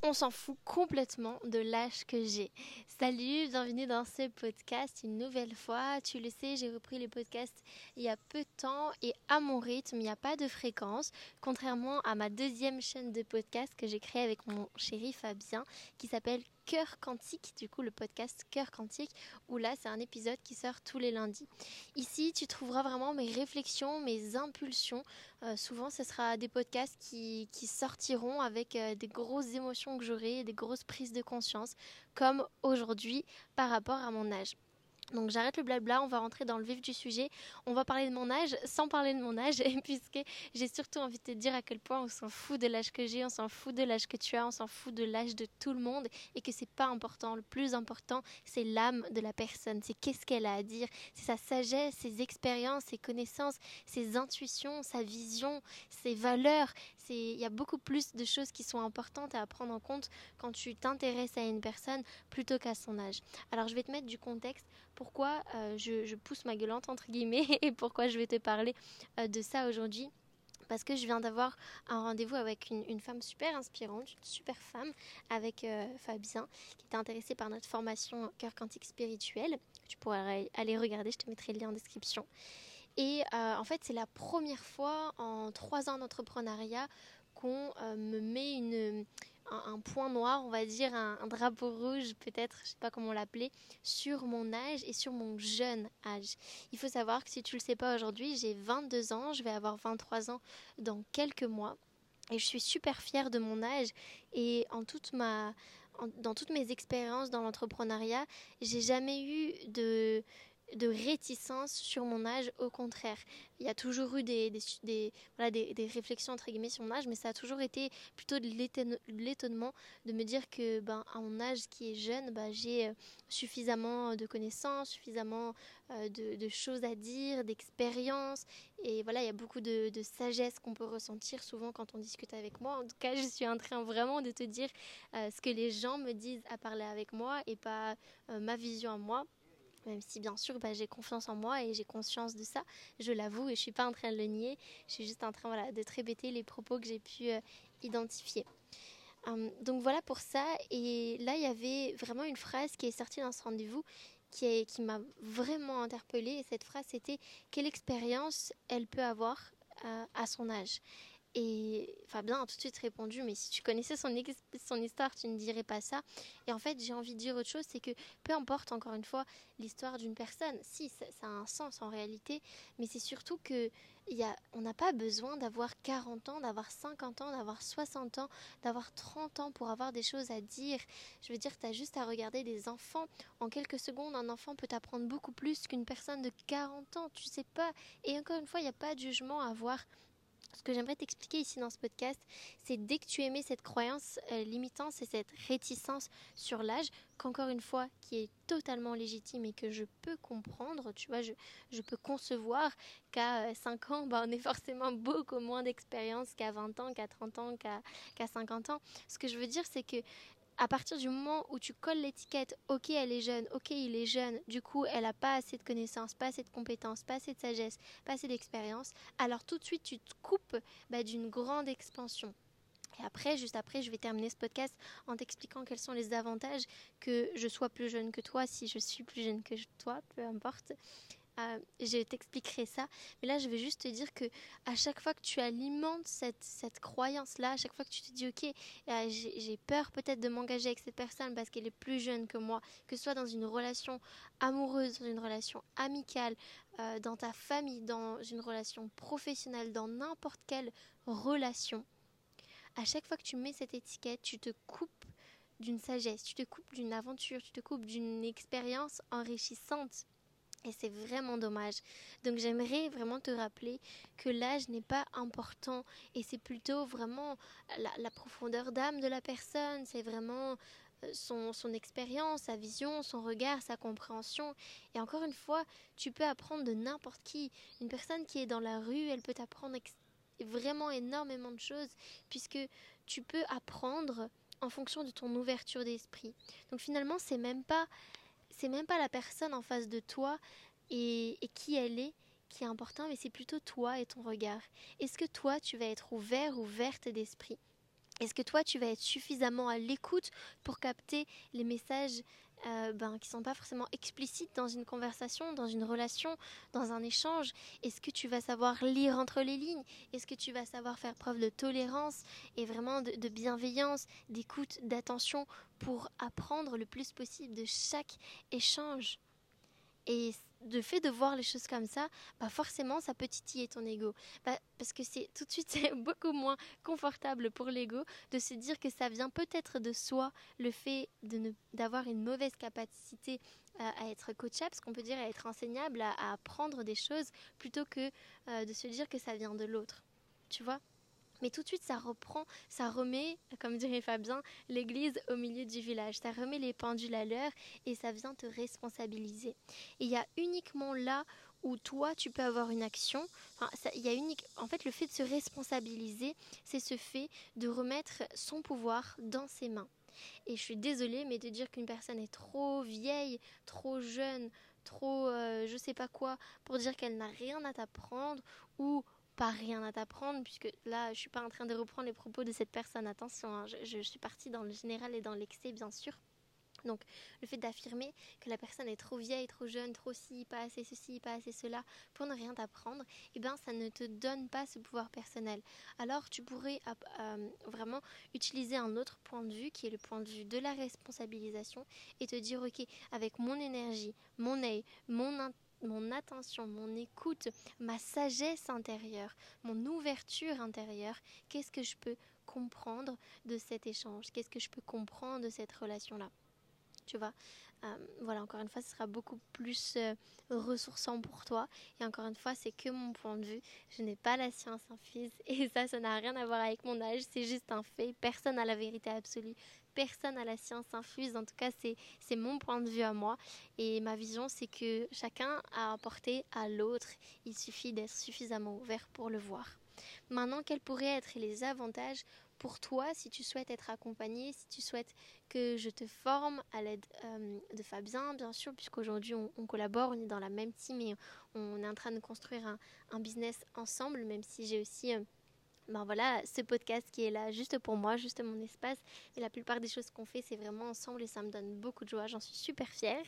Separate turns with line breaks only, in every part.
qu'on s'en fout complètement de l'âge que j'ai. Salut, bienvenue dans ce podcast une nouvelle fois. Tu le sais, j'ai repris les podcasts il y a peu de temps et à mon rythme, il n'y a pas de fréquence. Contrairement à ma deuxième chaîne de podcast que j'ai créée avec mon chéri Fabien qui s'appelle Cœur Quantique, du coup le podcast Cœur Quantique, où là c'est un épisode qui sort tous les lundis. Ici tu trouveras vraiment mes réflexions, mes impulsions. Souvent ce sera des podcasts qui sortiront avec des grosses émotions que j'aurai, des grosses prises de conscience, comme aujourd'hui par rapport à mon âge. Donc j'arrête le blabla, on va rentrer dans le vif du sujet. On va parler de mon âge sans parler de mon âge, puisque j'ai surtout envie de te dire à quel point on s'en fout de l'âge que j'ai, on s'en fout de l'âge que tu as, on s'en fout de l'âge de tout le monde, et que c'est pas important. Le plus important, c'est l'âme de la personne, c'est qu'est-ce qu'elle a à dire, c'est sa sagesse, ses expériences, ses connaissances, ses intuitions, sa vision, ses valeurs. Il y a beaucoup plus de choses qui sont importantes à prendre en compte quand tu t'intéresses à une personne plutôt qu'à son âge. Alors je vais te mettre du contexte. Pourquoi je pousse ma gueulante entre guillemets et pourquoi je vais te parler de ça aujourd'hui. Parce que je viens d'avoir un rendez-vous avec une femme super inspirante, une super femme, avec Fabien, qui était intéressé par notre formation Cœur Quantique Spirituel. Tu pourras aller regarder, je te mettrai le lien en description. Et en fait, c'est la première fois en 3 ans d'entrepreneuriat qu'on me met un point noir, on va dire, un drapeau rouge, peut-être, je ne sais pas comment l'appeler, sur mon âge et sur mon jeune âge. Il faut savoir que si tu ne le sais pas aujourd'hui, j'ai 22 ans, je vais avoir 23 ans dans quelques mois. Et je suis super fière de mon âge et dans toutes mes expériences dans l'entrepreneuriat, j'ai jamais eu de réticence sur mon âge, au contraire. Il y a toujours eu des réflexions entre guillemets sur mon âge, mais ça a toujours été plutôt de l'étonnement de me dire que à mon âge qui est jeune, j'ai suffisamment de connaissances, suffisamment de choses à dire, d'expérience, et voilà, il y a beaucoup de sagesse qu'on peut ressentir souvent quand on discute avec moi. En tout cas, je suis en train vraiment de te dire ce que les gens me disent à parler avec moi et pas ma vision à moi. Même si bien sûr j'ai confiance en moi et j'ai conscience de ça, je l'avoue et je suis pas en train de le nier, je suis juste en train de te répéter les propos que j'ai pu identifier. Donc voilà pour ça, et là il y avait vraiment une phrase qui est sortie dans ce rendez-vous qui m'a vraiment interpellée, et cette phrase c'était: quelle expérience elle peut avoir à son âge. Et Fabien a tout de suite répondu: mais si tu connaissais son histoire, tu ne dirais pas ça. Et en fait, j'ai envie de dire autre chose, c'est que peu importe, encore une fois, l'histoire d'une personne, si, ça a un sens en réalité, mais c'est surtout que on n'a pas besoin d'avoir 40 ans, d'avoir 50 ans, d'avoir 60 ans, d'avoir 30 ans pour avoir des choses à dire. Je veux dire, tu as juste à regarder des enfants. En quelques secondes, un enfant peut t'apprendre beaucoup plus qu'une personne de 40 ans, tu sais pas. Et encore une fois, il n'y a pas de jugement à avoir. Ce que j'aimerais t'expliquer ici dans ce podcast, c'est dès que tu émets cette croyance limitante et cette réticence sur l'âge, qu'encore une fois, qui est totalement légitime et que je peux comprendre, tu vois, je peux concevoir qu'à 5 ans, on est forcément beaucoup moins d'expérience qu'à 20 ans, qu'à 30 ans, qu'à 50 ans. Ce que je veux dire, c'est que à partir du moment où tu colles l'étiquette, ok elle est jeune, ok il est jeune, du coup elle n'a pas assez de connaissances, pas assez de compétences, pas assez de sagesse, pas assez d'expérience, alors tout de suite tu te coupes d'une grande expansion. Et après, juste après, je vais terminer ce podcast en t'expliquant quels sont les avantages que je sois plus jeune que toi, si je suis plus jeune que toi, peu importe. Je t'expliquerai ça, mais là je vais juste te dire que à chaque fois que tu alimentes cette croyance-là, à chaque fois que tu te dis ok, j'ai peur peut-être de m'engager avec cette personne parce qu'elle est plus jeune que moi, que ce soit dans une relation amoureuse, dans une relation amicale, dans ta famille, dans une relation professionnelle, dans n'importe quelle relation, à chaque fois que tu mets cette étiquette, tu te coupes d'une sagesse, tu te coupes d'une aventure, tu te coupes d'une expérience enrichissante. Et c'est vraiment dommage. Donc j'aimerais vraiment te rappeler que l'âge n'est pas important, et c'est plutôt vraiment la profondeur d'âme de la personne, c'est vraiment son expérience, sa vision, son regard, sa compréhension. Et encore une fois, tu peux apprendre de n'importe qui. Une personne qui est dans la rue, elle peut t'apprendre vraiment énormément de choses, puisque tu peux apprendre en fonction de ton ouverture d'esprit. Donc finalement, c'est même pas la personne en face de toi et qui elle est qui est important, mais c'est plutôt toi et ton regard. Est-ce que toi, tu vas être ouvert ou ouverte d'esprit? Est-ce que toi, tu vas être suffisamment à l'écoute pour capter les messages qui ne sont pas forcément explicites dans une conversation, dans une relation, dans un échange? Est-ce que tu vas savoir lire entre les lignes? Est-ce que tu vas savoir faire preuve de tolérance et vraiment de bienveillance, d'écoute, d'attention pour apprendre le plus possible de chaque échange? Et le fait de voir les choses comme ça, forcément, ça peut titiller ton ego. Parce que c'est tout de suite c'est beaucoup moins confortable pour l'ego de se dire que ça vient peut-être de soi, le fait d'avoir une mauvaise capacité à être coachable, ce qu'on peut dire à être enseignable, à apprendre des choses, plutôt que de se dire que ça vient de l'autre. Tu vois ? Mais tout de suite, ça remet, comme dirait Fabien, l'église au milieu du village. Ça remet les pendules à l'heure et ça vient te responsabiliser. Et il y a uniquement là où toi, tu peux avoir une action. En fait, le fait de se responsabiliser, c'est ce fait de remettre son pouvoir dans ses mains. Et je suis désolée, mais de dire qu'une personne est trop vieille, trop jeune, trop je sais pas quoi, pour dire qu'elle n'a rien à t'apprendre ou pas rien à t'apprendre, puisque là, je suis pas en train de reprendre les propos de cette personne, attention, hein, je suis partie dans le général et dans l'excès, bien sûr. Donc, le fait d'affirmer que la personne est trop vieille, trop jeune, trop ci, pas assez ceci, pas assez cela, pour ne rien t'apprendre, ça ne te donne pas ce pouvoir personnel. Alors, tu pourrais vraiment utiliser un autre point de vue, qui est le point de vue de la responsabilisation, et te dire, ok, avec mon énergie, mon œil, mon attention, mon écoute, ma sagesse intérieure, mon ouverture intérieure, qu'est-ce que je peux comprendre de cet échange? Qu'est-ce que je peux comprendre de cette relation-là? Tu vois, voilà, encore une fois, ce sera beaucoup plus ressourçant pour toi. Et encore une fois, c'est que mon point de vue. Je n'ai pas la science infuse et ça n'a rien à voir avec mon âge. C'est juste un fait. Personne n'a la vérité absolue. Personne n'a la science infuse. En tout cas, c'est mon point de vue à moi. Et ma vision, c'est que chacun a apporté à l'autre. Il suffit d'être suffisamment ouvert pour le voir. Maintenant, quels pourraient être les avantages pour toi si tu souhaites être accompagné, si tu souhaites que je te forme à l'aide de Fabien, bien sûr, puisqu'aujourd'hui on collabore, on est dans la même team et on est en train de construire un business ensemble, même si j'ai aussi ce podcast qui est là juste pour moi, juste mon espace. Et la plupart des choses qu'on fait, c'est vraiment ensemble et ça me donne beaucoup de joie. J'en suis super fière.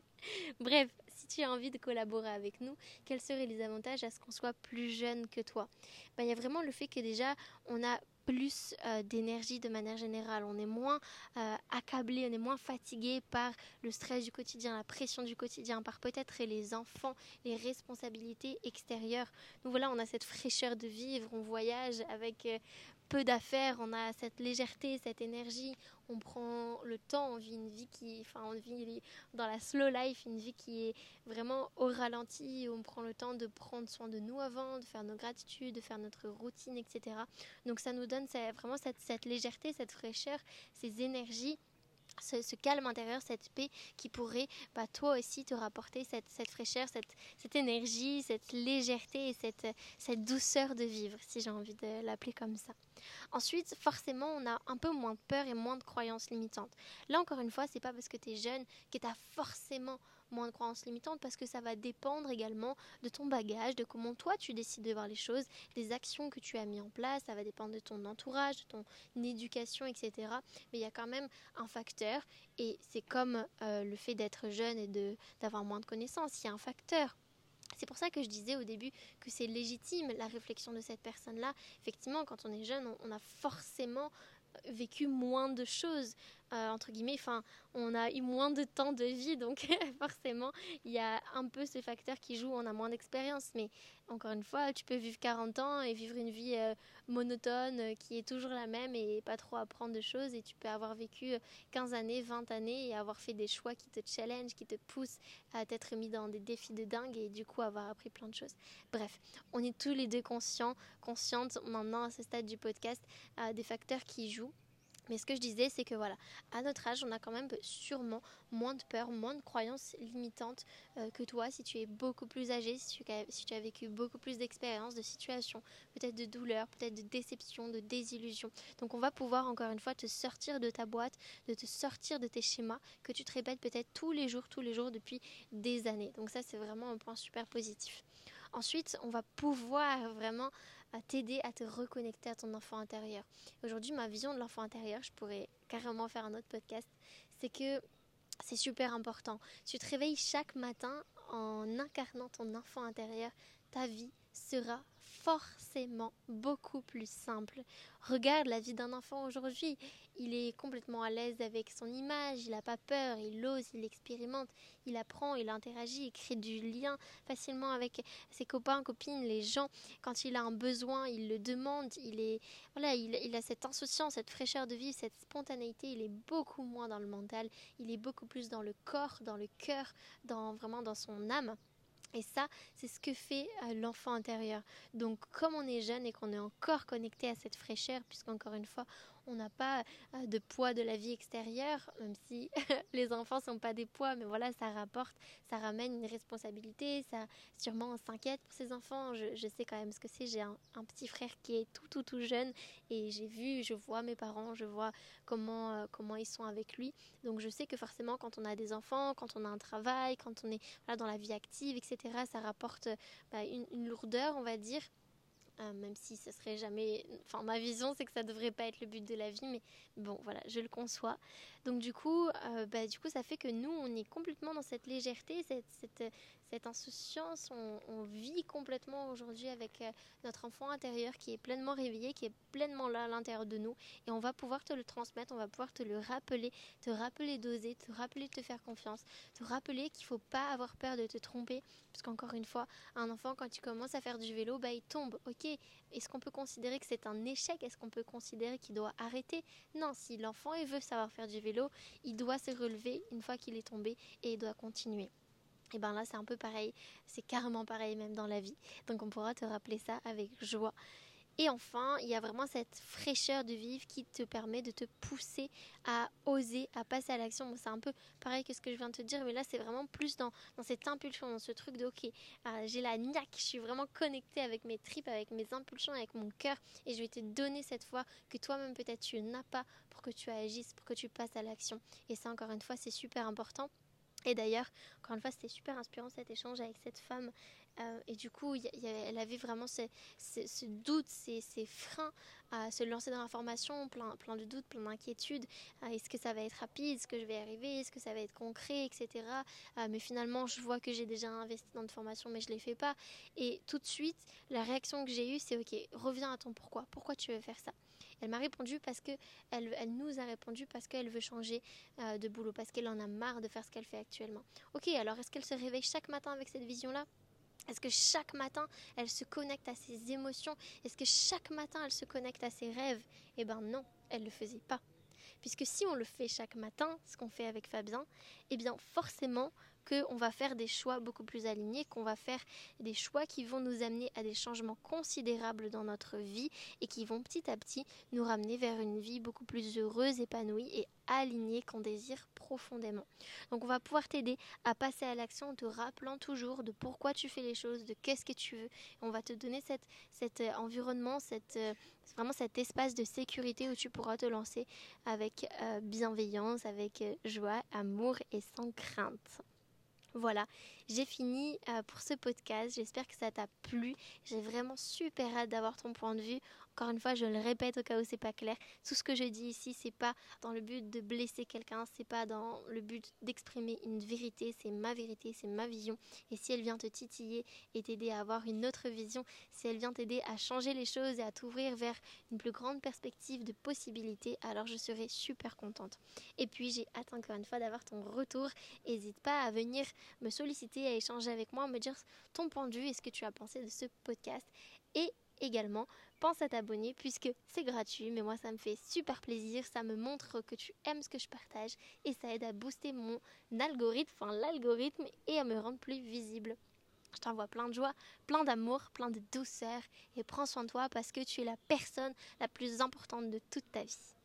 Bref, si tu as envie de collaborer avec nous, quels seraient les avantages à ce qu'on soit plus jeune que toi? Il y a vraiment le fait que déjà, on a plus d'énergie de manière générale. On est moins accablé, on est moins fatigué par le stress du quotidien, la pression du quotidien, par peut-être les enfants, les responsabilités extérieures. Donc voilà, on a cette fraîcheur de vivre, on voyage avec peu d'affaires, on a cette légèreté, cette énergie, on prend le temps, on vit une vie on vit dans la slow life, une vie qui est vraiment au ralenti, on prend le temps de prendre soin de nous avant, de faire nos gratitudes, de faire notre routine, etc. Donc ça nous donne vraiment cette légèreté, cette fraîcheur, ces énergies, ce calme intérieur, cette paix qui pourrait toi aussi te rapporter cette fraîcheur, cette énergie, cette légèreté et cette douceur de vivre, si j'ai envie de l'appeler comme ça. Ensuite, forcément, on a un peu moins de peur et moins de croyances limitantes. Là, encore une fois, c'est pas parce que tu es jeune que tu as forcément moins de croyances limitantes, parce que ça va dépendre également de ton bagage, de comment toi tu décides de voir les choses, des actions que tu as mis en place, ça va dépendre de ton entourage, de ton éducation, etc. Mais il y a quand même un facteur, et c'est comme le fait d'être jeune et d'avoir moins de connaissances, il y a un facteur. C'est pour ça que je disais au début que c'est légitime la réflexion de cette personne-là. Effectivement, quand on est jeune, on a forcément vécu moins de choses, entre guillemets, on a eu moins de temps de vie, donc forcément, il y a un peu ce facteur qui joue, on a moins d'expérience, mais encore une fois, tu peux vivre 40 ans et vivre une vie monotone, qui est toujours la même et pas trop apprendre de choses, et tu peux avoir vécu 15 années, 20 années et avoir fait des choix qui te challenge, qui te poussent à t'être mis dans des défis de dingue et du coup avoir appris plein de choses. Bref, on est tous les deux conscientes maintenant à ce stade du podcast des facteurs qui jouent. Mais ce que je disais, c'est que voilà, à notre âge, on a quand même sûrement moins de peur, moins de croyances limitantes que toi, si tu es beaucoup plus âgé, si tu as vécu beaucoup plus d'expériences, de situations, peut-être de douleurs, peut-être de déceptions, de désillusions. Donc on va pouvoir encore une fois te sortir de ta boîte, de te sortir de tes schémas que tu te répètes peut-être tous les jours depuis des années. Donc ça, c'est vraiment un point super positif. Ensuite, on va pouvoir vraiment t'aider à te reconnecter à ton enfant intérieur. Aujourd'hui, ma vision de l'enfant intérieur, je pourrais carrément faire un autre podcast, c'est que c'est super important. Tu te réveilles chaque matin en incarnant ton enfant intérieur, ta vie sera forcément beaucoup plus simple. Regarde la vie d'un enfant aujourd'hui. Il est complètement à l'aise avec son image, il n'a pas peur, il ose, il expérimente, il apprend, il interagit, il crée du lien facilement avec ses copains, copines, les gens. Quand il a un besoin, il le demande, il a cette insouciance, cette fraîcheur de vie, cette spontanéité, il est beaucoup moins dans le mental, il est beaucoup plus dans le corps, dans le cœur, vraiment dans son âme. Et ça, c'est ce que fait l'enfant intérieur. Donc, comme on est jeune et qu'on est encore connecté à cette fraîcheur, puisqu'encore une fois, on n'a pas de poids de la vie extérieure, même si les enfants ne sont pas des poids, mais voilà, ça rapporte, ça ramène une responsabilité, ça, sûrement on s'inquiète pour ses enfants. Je sais quand même ce que c'est. J'ai un petit frère qui est tout jeune et je vois mes parents, je vois comment ils sont avec lui. Donc, je sais que forcément, quand on a des enfants, quand on a un travail, quand on est dans la vie active, etc., ça rapporte une lourdeur, on va dire. Même si ça serait jamais... Enfin, ma vision, c'est que ça devrait pas être le but de la vie, mais bon, voilà, je le conçois. Donc, du coup, ça fait que nous, on est complètement dans cette légèreté, cette insouciance. On vit complètement aujourd'hui avec notre enfant intérieur qui est pleinement réveillé, qui est pleinement là à l'intérieur de nous. Et on va pouvoir te le transmettre, on va pouvoir te le rappeler, te rappeler d'oser, te rappeler de te faire confiance, te rappeler qu'il faut pas avoir peur de te tromper. Parce qu'encore une fois, un enfant, quand il commence à faire du vélo, il tombe. Ok, est-ce qu'on peut considérer que c'est un échec? Est-ce qu'on peut considérer qu'il doit arrêter? Non, si l'enfant veut savoir faire du vélo, il doit se relever une fois qu'il est tombé et il doit continuer. Et bien là, c'est un peu pareil, c'est carrément pareil même dans la vie. Donc on pourra te rappeler ça avec joie. Et enfin, il y a vraiment cette fraîcheur de vivre qui te permet de te pousser à oser, à passer à l'action. Bon, c'est un peu pareil que ce que je viens de te dire, mais là, c'est vraiment plus dans cette impulsion, dans ce truc de ok, j'ai la niaque, je suis vraiment connectée avec mes tripes, avec mes impulsions, avec mon cœur. Et je vais te donner cette foi que toi-même, peut-être, tu n'as pas pour que tu agisses, pour que tu passes à l'action. Et ça, encore une fois, c'est super important. Et d'ailleurs, encore une fois, c'était super inspirant cet échange avec cette femme. Et du coup, elle avait vraiment ce doute, ces freins à se lancer dans la formation, plein de doutes, plein d'inquiétudes. Est-ce que ça va être rapide? Est-ce que je vais y arriver? Est-ce que ça va être concret, etc. Mais finalement, je vois que j'ai déjà investi dans une formation, mais je ne les fais pas. Et tout de suite, la réaction que j'ai eue, c'est ok, reviens à ton pourquoi. Pourquoi tu veux faire ça? Elle m'a répondu parce que elle nous a répondu parce qu'elle veut changer de boulot, parce qu'elle en a marre de faire ce qu'elle fait actuellement. Ok, alors est-ce qu'elle se réveille chaque matin avec cette vision-là? Est-ce que chaque matin, elle se connecte à ses émotions? Est-ce que chaque matin, elle se connecte à ses rêves? Eh ben non, elle ne le faisait pas. Puisque si on le fait chaque matin, ce qu'on fait avec Fabien, eh bien forcément qu'on va faire des choix beaucoup plus alignés, qu'on va faire des choix qui vont nous amener à des changements considérables dans notre vie et qui vont petit à petit nous ramener vers une vie beaucoup plus heureuse, épanouie et alignée qu'on désire profondément. Donc on va pouvoir t'aider à passer à l'action en te rappelant toujours de pourquoi tu fais les choses, de qu'est-ce que tu veux. On va te donner cet environnement, vraiment cet espace de sécurité où tu pourras te lancer avec bienveillance, avec joie, amour et sans crainte. Voilà, j'ai fini pour ce podcast. J'espère que ça t'a plu. J'ai vraiment super hâte d'avoir ton point de vue. Encore une fois, je le répète au cas où c'est pas clair. Tout ce que je dis ici, c'est pas dans le but de blesser quelqu'un, c'est pas dans le but d'exprimer une vérité, c'est ma vérité, c'est ma vision. Et si elle vient te titiller et t'aider à avoir une autre vision, si elle vient t'aider à changer les choses et à t'ouvrir vers une plus grande perspective de possibilités, alors je serai super contente. Et puis j'ai hâte encore une fois d'avoir ton retour. N'hésite pas à venir me solliciter, à échanger avec moi, me dire ton point de vue et ce que tu as pensé de ce podcast. Et également, pense à t'abonner puisque c'est gratuit, mais moi ça me fait super plaisir, ça me montre que tu aimes ce que je partage et ça aide à booster mon l'algorithme et à me rendre plus visible. Je t'envoie plein de joie, plein d'amour, plein de douceur et prends soin de toi parce que tu es la personne la plus importante de toute ta vie.